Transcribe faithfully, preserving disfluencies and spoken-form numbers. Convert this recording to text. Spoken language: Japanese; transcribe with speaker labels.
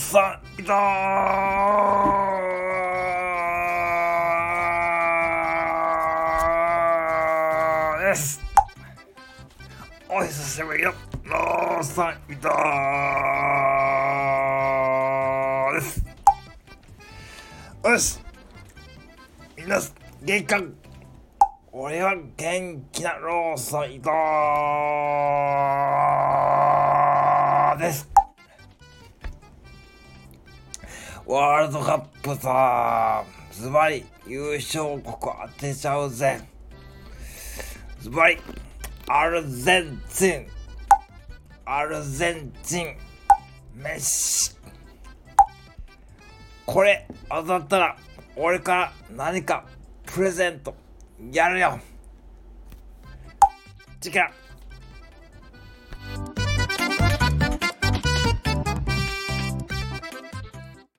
Speaker 1: さんいたーです。お久しぶりのローさんいたーです。よし、みんな元気か？俺は元気なローさんいたーです。ワールドカップさ、ズバリ優勝国当てちゃうぜ。ズバリアルゼンチン、アルゼンチン、メッシ。これ当たったら俺から何かプレゼントやるよ。チキラ